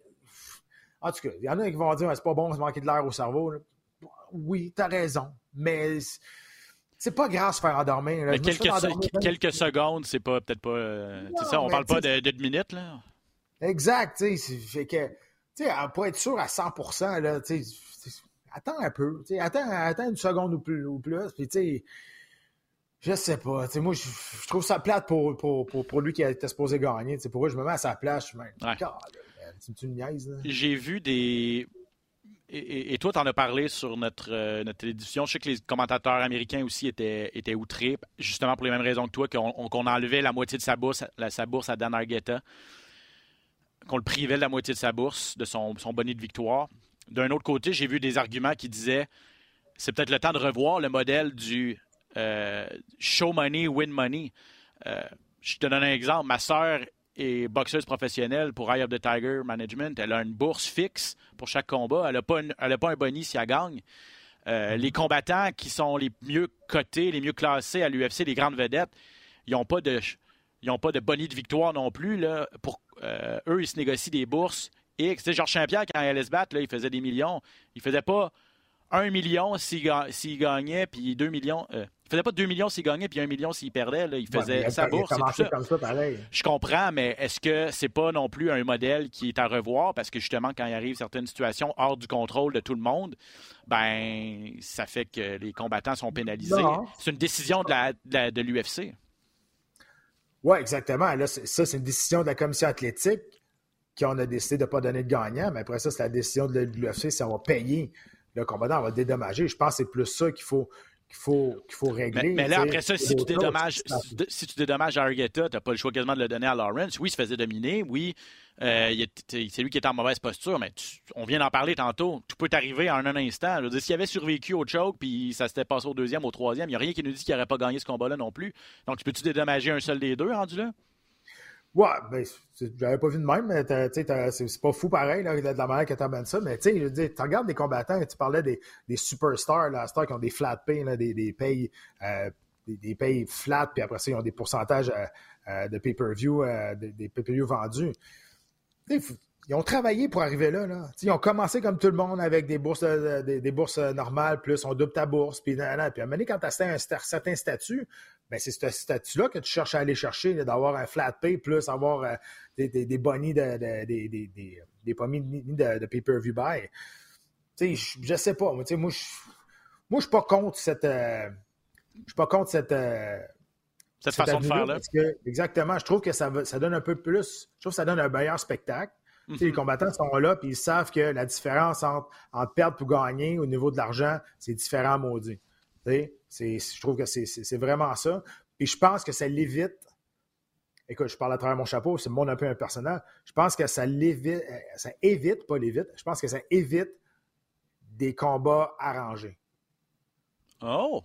en tout cas, il y en a qui vont dire c'est pas bon de manquer de l'air au cerveau. Là. Oui, t'as raison. Mais c'est pas grave de se faire endormir. Là. Quelques, endormir, se, quelques secondes, c'est pas peut-être pas. Euh, non, c'est ça, on parle pas de, de minutes, là. Exact, tu sais, fait que, tu sais, pour être sûr à cent pour cent, là, tu sais, attends un peu, tu sais, attends, attends une seconde ou plus, ou plus puis tu sais, je sais pas, tu sais, moi, je, je trouve ça plate pour, pour, pour, pour lui qui était supposé gagner, tu sais, pour eux, je me mets à sa place, je suis même, ouais. God, c'est une niaise, là. J'ai vu des... Et, et, et toi, tu en as parlé sur notre, euh, notre télévision. Je sais que les commentateurs américains aussi étaient, étaient outrés, justement pour les mêmes raisons que toi, qu'on, qu'on enlevait la moitié de sa bourse, la, sa bourse à Dan Argueta, qu'on le privait de la moitié de sa bourse, de son, son bonnet de victoire. D'un autre côté, j'ai vu des arguments qui disaient c'est peut-être le temps de revoir le modèle du euh, show money, win money. Euh, je te donne un exemple. Ma sœur est boxeuse professionnelle pour Eye of the Tiger Management. Elle a une bourse fixe pour chaque combat. Elle n'a pas, pas un bonus si elle gagne. Euh, les combattants qui sont les mieux cotés, les mieux classés à l'U F C, les grandes vedettes, ils n'ont pas de... Ils n'ont pas de bonus de victoire non plus. Là. Pour, euh, eux, ils se négocient des bourses X. Tu sais, Georges Saint-Pierre, quand il allait se battre, là, il faisait des millions. Il ne faisait pas un million s'il, ga- s'il gagnait, puis deux millions. Euh, il faisait pas deux millions s'il gagnait, puis un million s'il perdait. Là. Il faisait ouais, il sa a, bourse il a et tout commencé ça. comme ça, pareil. Je comprends, mais est-ce que c'est pas non plus un modèle qui est à revoir? Parce que justement, quand il arrive certaines situations hors du contrôle de tout le monde, ben ça fait que les combattants sont pénalisés. Non. C'est une décision de, la, de, la, de l'U F C. Oui, exactement. Là, c'est, ça, c'est une décision de la commission athlétique qui on a décidé de ne pas donner de gagnant, mais après ça, c'est la décision de l'U F C si on va payer le combattant, on va le dédommager. Je pense que c'est plus ça qu'il faut, qu'il faut, qu'il faut régler. Mais, mais là, après ça, si tu, choses, dédommages, si, si tu dédommages Argueta, tu n'as pas le choix quasiment de le donner à Lawrence. Oui, il se faisait dominer. Oui, euh, il est, c'est lui qui est en mauvaise posture, mais tu, on vient d'en parler tantôt. Tout peut t'arriver en un instant. Je veux dire, s'il avait survécu au choke puis ça s'était passé au deuxième, au troisième, il n'y a rien qui nous dit qu'il n'aurait pas gagné ce combat-là non plus. Donc, tu peux-tu dédommager un seul des deux rendu là? Ouais, ben, j'avais pas vu de même, mais c'est, c'est pas fou pareil, là, de la manière que tu amènes ça. Mais tu sais, je veux dire, tu regardes des combattants, tu parlais des, des superstars, là, stars qui ont des flat pay, là, des, des payes euh, des, des payes flat, puis après ça, ils ont des pourcentages euh, euh, de pay-per-view, euh, des, des pay-per-view vendus. T'sais, ils ont travaillé pour arriver là. là. Ils ont commencé comme tout le monde avec des bourses, euh, des, des bourses normales, plus on double ta bourse. Puis, nan, nan. Puis à un moment donné, quand tu as un, un certain statut, ben c'est ce statut-là que tu cherches à aller chercher, là, d'avoir un flat pay, plus avoir euh, des, des, des bonnies, de, de, des, des, des, des bonnies de, de pay-per-view buy. Je, je sais pas. Moi, moi, je moi, je suis pas contre cette. Euh, je suis pas contre cette. Euh, cette, cette façon de faire, là. Parce que, exactement, je trouve que ça, ça donne un peu plus. Je trouve que ça donne un meilleur spectacle. Mm-hmm. Les combattants sont là et ils savent que la différence entre, entre perdre ou gagner au niveau de l'argent, c'est différent, maudit. C'est, je trouve que c'est, c'est, c'est vraiment ça. Puis je pense que ça l'évite. Écoute, je parle à travers mon chapeau, c'est le monde un peu impersonnel. Je pense que ça l'évite, ça évite, pas l'évite, je pense que ça évite des combats arrangés. Oh!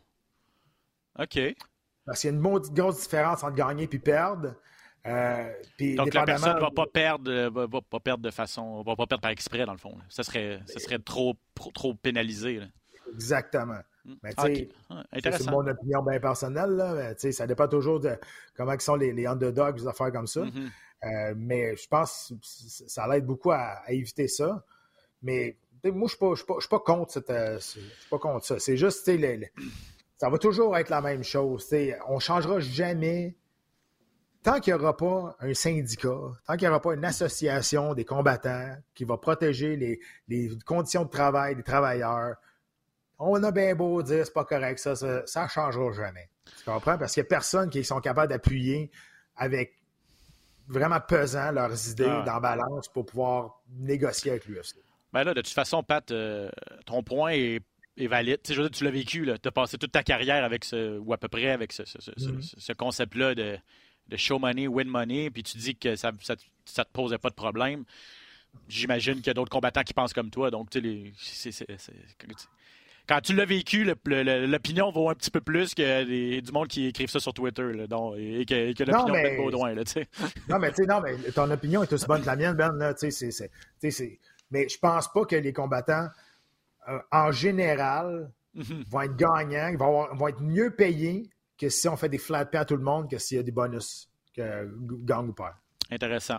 OK. Parce qu'il y a une maudite grosse différence entre gagner et perdre. Euh, puis donc la personne ne va pas perdre va, va pas perdre de façon va pas perdre par exprès dans le fond. Là. Ça serait ça serait trop trop pénalisé. Là. Exactement. Mais tu sais, okay. ah, c'est mon opinion bien personnelle, là, mais ça dépend toujours de comment ils sont les, les underdogs, des affaires comme ça. Mm-hmm. Euh, mais je pense que ça l'aide beaucoup à, à éviter ça. Mais moi, je ne suis, suis pas contre cette, euh, je suis pas contre ça. C'est juste, le, le, ça va toujours être la même chose. T'sais, on ne changera jamais. Tant qu'il n'y aura pas un syndicat, tant qu'il n'y aura pas une association des combattants qui va protéger les, les conditions de travail des travailleurs, on a bien beau dire c'est pas correct, ça ça ne changera jamais. Tu comprends? Parce qu'il n'y a personne qui sont capables d'appuyer avec vraiment pesant leurs idées ah. dans balance pour pouvoir négocier avec l'U F C. Ben là, de toute façon, Pat, euh, ton point est, est valide. Tu sais, je veux dire, tu l'as vécu, tu as passé toute ta carrière avec ce, ou à peu près avec ce, ce, ce, mm-hmm. ce, ce concept-là de, de show money, win money, puis tu dis que ça ne te posait pas de problème. J'imagine qu'il y a d'autres combattants qui pensent comme toi. Donc, tu sais, les, c'est, c'est, c'est, quand tu l'as vécu, le, le, l'opinion vaut un petit peu plus que les, du monde qui écrivent ça sur Twitter, là, donc, et, et, que, et que l'opinion non, mais, de Ben Baudouin. Là, non, mais tu sais, non, mais ton opinion est aussi bonne que la mienne, Ben. Là, c'est, c'est, c'est, c'est, mais je pense pas que les combattants, euh, en général, mm-hmm. vont être gagnants, vont, avoir, vont être mieux payés que si on fait des flat pay à tout le monde, que s'il y a des bonus, que gagne ou perd. Intéressant.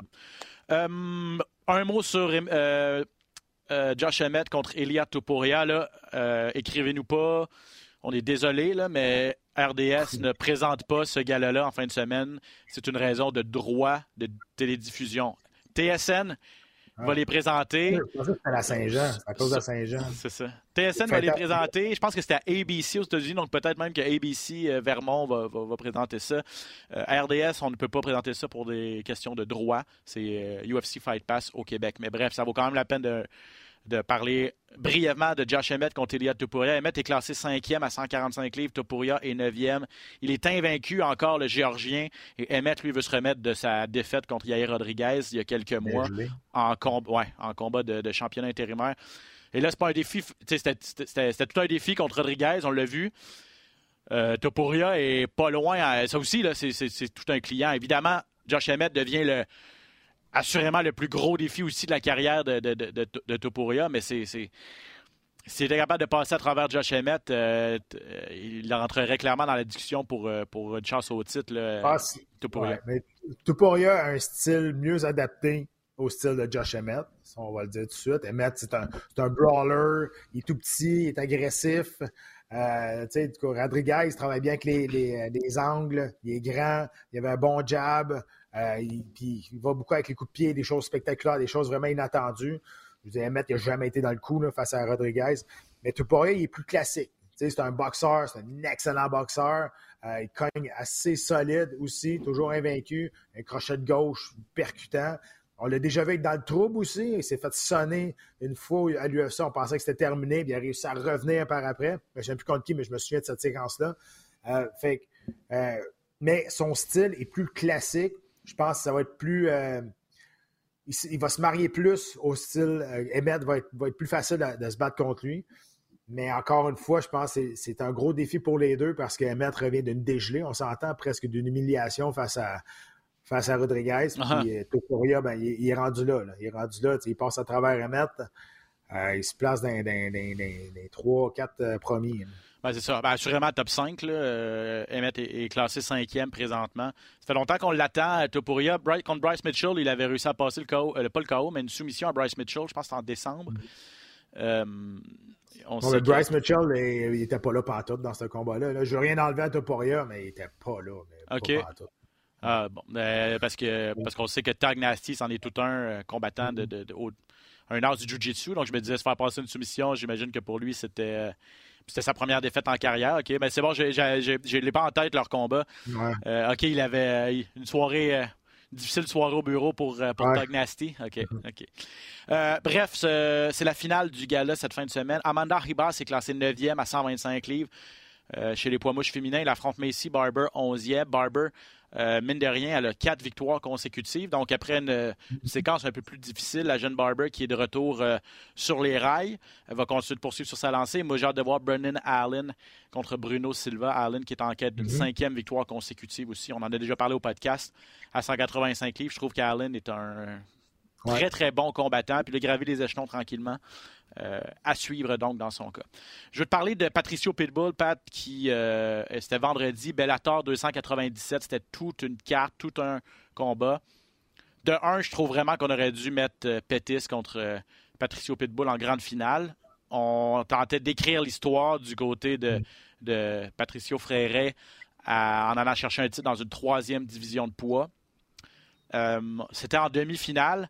Euh, un mot sur euh, euh, Josh Emmett contre Ilia Topuria. Là, euh, écrivez-nous pas. On est désolé, là, mais R D S ne présente pas ce gala-là en fin de semaine. C'est une raison de droit de télédiffusion. T S N ah. va les présenter. Je pensais que c'était à Saint-Jean. C'est à cause de Saint-Jean. C'est ça. T S N va les présenter. Je pense que c'était à A B C aux États-Unis, donc peut-être même que A B C euh, Vermont va, va, va présenter ça. Euh, R D S, on ne peut pas présenter ça pour des questions de droit. C'est euh, U F C Fight Pass au Québec. Mais bref, ça vaut quand même la peine de, de parler brièvement de Josh Emmett contre Ilia Topuria. Emmett est classé cinquième à cent quarante-cinq livres. Topuria est neuvième. Il est invaincu encore, le Géorgien. Et Emmett, lui, veut se remettre de sa défaite contre Yair Rodriguez il y a quelques mois en, com- ouais, en combat de, de championnat intérimaire. Et là, c'est pas un défi. C'était, c'était, c'était tout un défi contre Rodriguez, on l'a vu. Euh, Topuria est pas loin. À, ça aussi, là, c'est, c'est, c'est tout un client. Évidemment, Josh Emmett devient le, assurément le plus gros défi aussi de la carrière de, de, de, de, de Topuria, mais c'est, c'est, s'il était capable de passer à travers Josh Emmett, euh, il rentrerait clairement dans la discussion pour, pour une chance au titre. Là, ah, Topuria. Ouais, mais Topuria a un style mieux adapté au style de Josh Emmett. Ça, on va le dire tout de suite. Emmett, c'est un, c'est un brawler. Il est tout petit, il est agressif. Euh, tu sais, Rodriguez, il travaille bien avec les, les, les angles. Il est grand. Il avait un bon jab. Euh, il, puis il va beaucoup avec les coups de pied, des choses spectaculaires, des choses vraiment inattendues. Je veux dire, Emmett, il n'a jamais été dans le coup là, face à Rodriguez. Mais Topuria, il est plus classique. Tu sais, c'est un boxeur, c'est un excellent boxeur. Euh, il cogne assez solide aussi, toujours invaincu. Un crochet de gauche percutant. On l'a déjà vu être dans le trouble aussi. Il s'est fait sonner une fois à l'U F C. On pensait que c'était terminé. Puis il a réussi à revenir par après. Je ne sais plus contre qui, mais je me souviens de cette séquence-là. Euh, fait, euh, mais son style est plus classique. Je pense que ça va être plus... Euh, il, il va se marier plus au style... Euh, Emmett va être, va être plus facile de, de se battre contre lui. Mais encore une fois, je pense que c'est, c'est un gros défi pour les deux parce qu'Emmett revient d'une dégelée. On s'entend presque d'une humiliation face à, face à Rodriguez. Uh-huh. Puis Topuria, ben, il, il est rendu là. là. Il est rendu là. Il passe à travers Emmett. Euh, il se place dans les trois quatre euh, premiers. Ben, c'est ça. Ben, assurément, top cinq. Là. Euh, Emmett est, est classé cinquième présentement. Ça fait longtemps qu'on l'attend. Topuria, Bryce, contre Bryce Mitchell, il avait réussi à passer le K O. Euh, pas le K O, mais une soumission à Bryce Mitchell. Je pense que c'était en décembre. Mm-hmm. Euh, On bon, sait Bryce que... Mitchell, il n'était pas là pantoute dans ce combat-là. Là. Je ne veux rien enlever à Topuria, mais il n'était pas là. Mais OK. Pas pantoute. Ah, bon, euh, parce, que, parce qu'on sait que Tag Nasty, c'en est tout un euh, combattant de, de, de, de, un art du jiu-jitsu. Donc, je me disais, se faire passer une soumission, j'imagine que pour lui, c'était, euh, c'était sa première défaite en carrière. OK, mais c'est bon, je ne l'ai pas en tête, leur combat. Ouais. Euh, OK, il avait une soirée... Euh, difficile soirée au bureau pour, pour ouais. Tag Nasty. OK, OK. Euh, bref, ce, c'est la finale du gala cette fin de semaine. Amanda Ribas est classée neuvième à cent vingt-cinq livres. Euh, chez les poids mouches féminins, elle affronte Macy Barber onzième. Barber, euh, mine de rien, elle a quatre victoires consécutives. Donc, après une, une séquence un peu plus difficile, la jeune Barber qui est de retour euh, sur les rails, elle va continuer de poursuivre sur sa lancée. Moi, j'ai hâte de voir Brennan Allen contre Bruno Silva. Allen qui est en quête d'une mm-hmm. cinquième victoire consécutive aussi. On en a déjà parlé au podcast à cent quatre-vingt-cinq livres. Je trouve qu'Allen est un ouais. très, très bon combattant. Puis, il a gravé les échelons tranquillement. Euh, à suivre donc dans son cas. Je veux te parler de Patricio Pitbull, Pat, qui euh, c'était vendredi, Bellator deux cent quatre-vingt-dix-sept, c'était toute une carte, tout un combat. De un, je trouve vraiment qu'on aurait dû mettre euh, Pettis contre euh, Patricio Pitbull en grande finale. On tentait d'écrire l'histoire du côté de, de Patricio Freire à, en allant chercher un titre dans une troisième division de poids. Euh, c'était en demi-finale.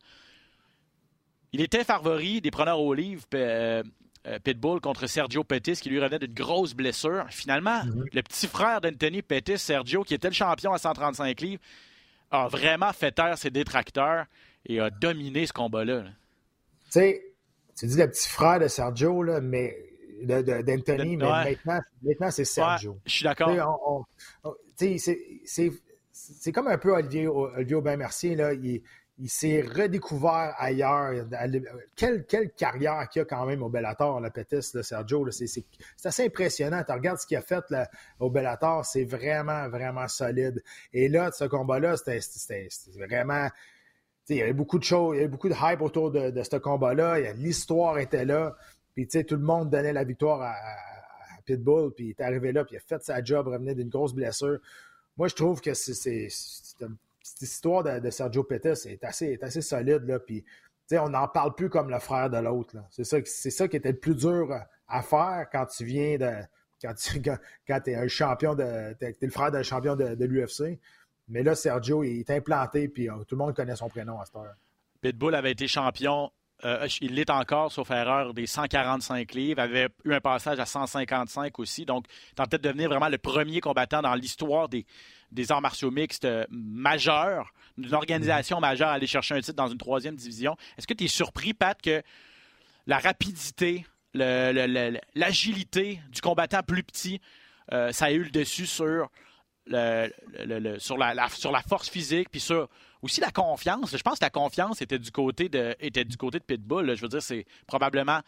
Il était favori des preneurs au livre, euh, euh, Pitbull, contre Sergio Pettis, qui lui revenait d'une grosse blessure. Finalement, mm-hmm. le petit frère d'Anthony Pettis, Sergio, qui était le champion à cent trente-cinq livres, a vraiment fait taire ses détracteurs et a dominé ce combat-là. Tu sais, tu dis le petit frère de Sergio, là, mais de, de, d'Anthony, de, mais ouais. maintenant, maintenant, c'est Sergio. Ouais, je suis d'accord. On, on, c'est, c'est, c'est comme un peu Olivier, Olivier Aubin-Mercier, là, il Il s'est redécouvert ailleurs. Quelle, quelle carrière qu'il y a quand même au Bellator, le Pettis, le Sergio. Là, c'est, c'est, c'est assez impressionnant. Tu regardes ce qu'il a fait là, au Bellator, c'est vraiment, vraiment solide. Et là, ce combat-là, c'était, c'était, c'était vraiment... Il y avait beaucoup de choses, il y avait beaucoup de hype autour de, de ce combat-là. L'histoire était là. Puis tout le monde donnait la victoire à, à Pitbull. Puis il est arrivé là, puis il a fait sa job, revenait d'une grosse blessure. Moi, je trouve que c'est... c'est, c'est un, cette histoire de, de Sergio Pettis est assez, est assez solide. Là, puis, on n'en parle plus comme le frère de l'autre. Là. C'est, ça, c'est ça qui était le plus dur à faire quand tu viens de. Quand tu quand, quand es un champion de. T'es, t'es le frère d'un champion de, de l'U F C. Mais là, Sergio, il est implanté, puis euh, tout le monde connaît son prénom à cette heure. Pitbull avait été champion. Euh, il l'est encore, sauf erreur, des cent quarante-cinq livres. Il avait eu un passage à cent cinquante-cinq aussi. Donc, il tentait de devenir vraiment le premier combattant dans l'histoire des, des arts martiaux mixtes euh, majeurs, d'une organisation mmh. majeure à aller chercher un titre dans une troisième division. Est-ce que tu es surpris, Pat, que la rapidité, le, le, le, l'agilité du combattant plus petit, euh, ça a eu le dessus sur, le, le, le, sur, la, la, sur la force physique, puis sur aussi la confiance. Je pense que la confiance était du côté de, était du côté de Pitbull. Là. Je veux dire, c'est probablement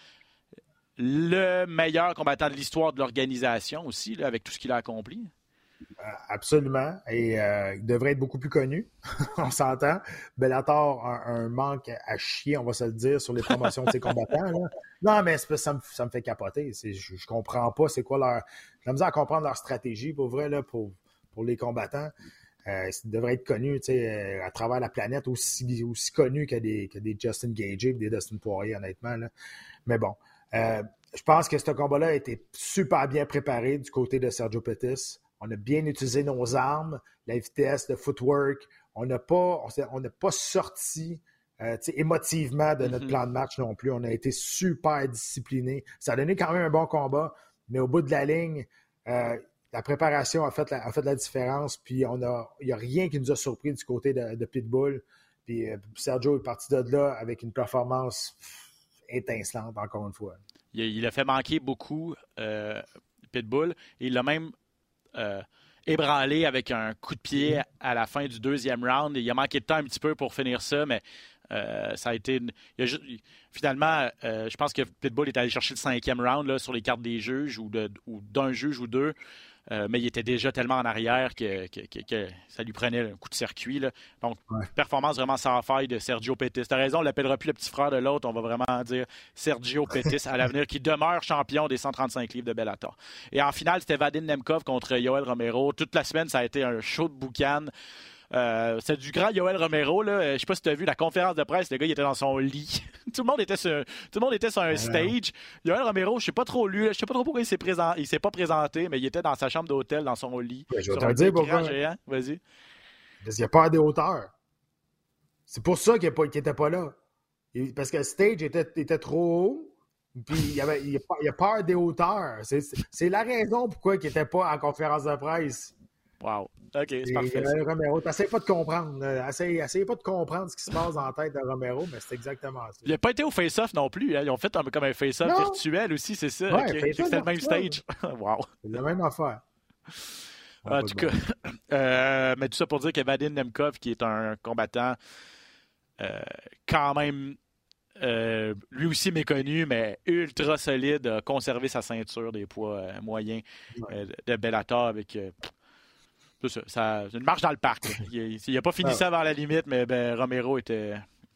le meilleur combattant de l'histoire de l'organisation aussi, là, avec tout ce qu'il a accompli. Absolument. Et euh, il devrait être beaucoup plus connu. On s'entend. Bellator a un, un manque à chier, on va se le dire, sur les promotions de ses combattants. Là. Non, mais c'est, ça, me, ça me fait capoter. C'est, je, je comprends pas c'est quoi leur... J'ai la misère à comprendre leur stratégie, pour vrai, là, pour, pour les combattants. Euh, il devrait être connu à travers la planète, aussi, aussi connu que des, que des Justin Gaethje et des Dustin Poirier, honnêtement. Là. Mais bon, euh, je pense que ce combat-là a été super bien préparé du côté de Sergio Pettis. On a bien utilisé nos armes, la vitesse, le footwork. On n'a pas, on n'a pas sorti euh, émotivement de notre mm-hmm. plan de match non plus. On a été super disciplinés. Ça a donné quand même un bon combat, mais au bout de la ligne, euh, la préparation a fait la, a fait la différence. Puis on a, il n'y a rien qui nous a surpris du côté de, de Pitbull. Puis euh, Sergio est parti de là avec une performance étincelante, encore une fois. Il, il a fait manquer beaucoup euh, Pitbull. Et il l'a même euh, ébranlé avec un coup de pied à la fin du deuxième round. Il a manqué de temps un petit peu pour finir ça, mais euh, ça a été... Une, il a, finalement, euh, je pense que Pitbull est allé chercher le cinquième round là, sur les cartes des juges ou, de, ou d'un juge ou deux. Euh, mais il était déjà tellement en arrière que, que, que, que ça lui prenait un coup de circuit. Là. Donc, ouais. Performance vraiment sans faille de Sergio Pettis. Tu as raison, on ne l'appellera plus le petit frère de l'autre. On va vraiment dire Sergio Pettis à l'avenir, qui demeure champion des cent trente-cinq livres de Bellator. Et en finale, c'était Vadim Nemkov contre Yoel Romero. Toute la semaine, ça a été un show de boucan. Euh, c'est du grand Yoel Romero. Là. Je ne sais pas si tu as vu la conférence de presse. Le gars, il était dans son lit. tout, le monde était sur, tout le monde était sur un stage. Yoel Romero, je ne sais pas trop lui. Je ne sais pas trop pourquoi il ne s'est, présent, il s'est pas présenté, mais il était dans sa chambre d'hôtel, dans son lit. Ouais, je vais te dire pourquoi. Vas-y. Parce qu'il a peur des hauteurs. C'est pour ça qu'il n'était pas là. Parce que le stage était, était trop haut. Puis il, avait, il, a, il a peur des hauteurs. C'est, c'est la raison pourquoi il n'était pas en conférence de presse. Wow. OK, c'est et, parfait. Euh, Romero, t'essayes pas de comprendre. Essayez, essayez pas de comprendre ce qui se passe dans la tête de Romero, mais c'est exactement ça. Il n'a pas été au face-off non plus. Hein. Ils ont fait un, comme un face-off non. virtuel aussi, c'est ça? Ouais, okay. C'était le même stage. Wow. C'est la même affaire. En tout cas, euh, mais tout ça pour dire que Vadim Nemkov, qui est un combattant euh, quand même euh, lui aussi méconnu, mais ultra solide, a conservé sa ceinture des poids euh, moyens ouais. euh, de Bellator avec... Euh, C'est ça, ça, une marche dans le parc. Il n'a pas fini ah. ça avant la limite, mais ben, Romero était,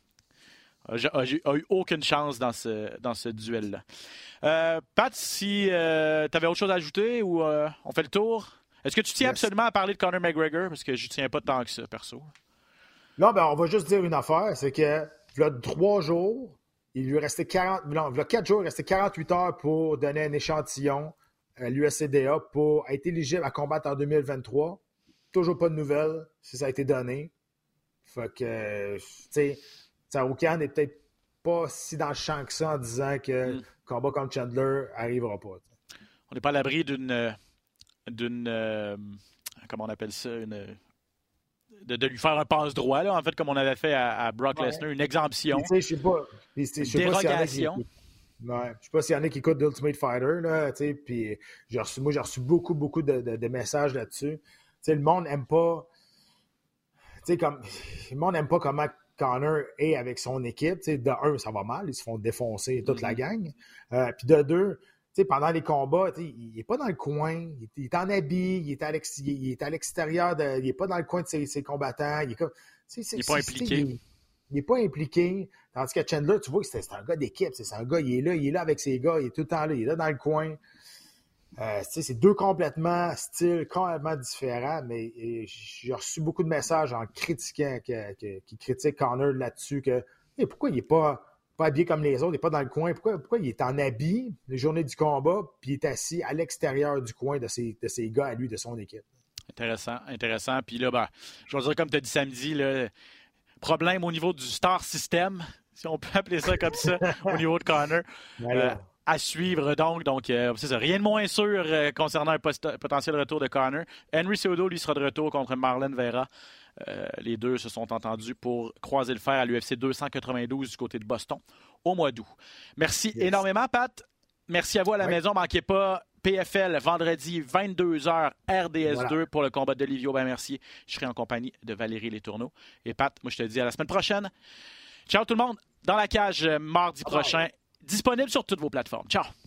a, a, a eu aucune chance dans ce, dans ce duel-là. Euh, Pat, si euh, tu avais autre chose à ajouter ou euh, on fait le tour? Est-ce que tu tiens yes. absolument à parler de Conor McGregor? Parce que je ne tiens pas tant que ça, perso. Non, ben on va juste dire une affaire, c'est que il y a trois jours, il lui restait quarante, non, il y a quatre jours, il restait quarante-huit heures pour donner un échantillon à l'U F C D A pour être éligible à combattre en deux mille vingt-trois. Toujours pas de nouvelles si ça a été donné. Fait que, tu sais, Tsarukyan n'est peut-être pas si dans le champ que ça en disant que mm. le combat contre Chandler n'arrivera pas. T'sais. On n'est pas à l'abri d'une, d'une euh, comment on appelle ça, une, de, de lui faire un passe-droit, là, en fait, comme on avait fait à, à Brock ouais. Lesnar, une exemption. Je sais pas. Une dérogation. Je ne sais pas s'il y en a qui écoutent d'Ultimate Fighter, là, puis j'ai reçu, moi, j'ai reçu beaucoup, beaucoup de, de, de messages là-dessus. T'sais, le monde n'aime pas. Comme, le monde n'aime pas comment Conor est avec son équipe. T'sais, de un, ça va mal, ils se font défoncer toute mm-hmm. la gang. Euh, Puis de deux, pendant les combats, il n'est pas dans le coin, il est, il est en habit, il est à, l'ex, il est à l'extérieur, de, il n'est pas dans le coin de ses, ses combattants. Il n'est pas impliqué. Il n'est pas impliqué. Tandis que Chandler, tu vois que c'est, c'est un gars d'équipe. C'est un gars, il est là, il est là avec ses gars, il est tout le temps là, il est là dans le coin. Euh, c'est deux complètement styles complètement différents, mais j'ai reçu beaucoup de messages en critiquant, que, que, qui critiquent Conor là-dessus, que hey, pourquoi il n'est pas, pas habillé comme les autres, il n'est pas dans le coin, pourquoi, pourquoi il est en habit les journées du combat, puis il est assis à l'extérieur du coin de ses, de ses gars à lui, de son équipe. Intéressant, intéressant. Puis là, ben, je vais dire, comme tu as dit samedi, là, problème au niveau du star system, si on peut appeler ça comme ça, au niveau de Conor. Euh, à suivre donc. Donc, euh, c'est ça. Rien de moins sûr euh, concernant un post- potentiel retour de Conor. Henry Cejudo, lui, sera de retour contre Marlon Vera. Euh, les deux se sont entendus pour croiser le fer à l'U F C deux cent quatre-vingt-douze du côté de Boston au mois d'août. Merci yes. énormément, Pat. Merci à vous à la oui. maison. Manquez pas P F L vendredi vingt-deux heures R D S deux voilà. pour le combat d'Olivier Aubin-Mercier. Je serai en compagnie de Valérie Letourneau. Et Pat, moi, je te dis à la semaine prochaine. Ciao tout le monde. Dans la cage mardi prochain. Disponible sur toutes vos plateformes. Ciao!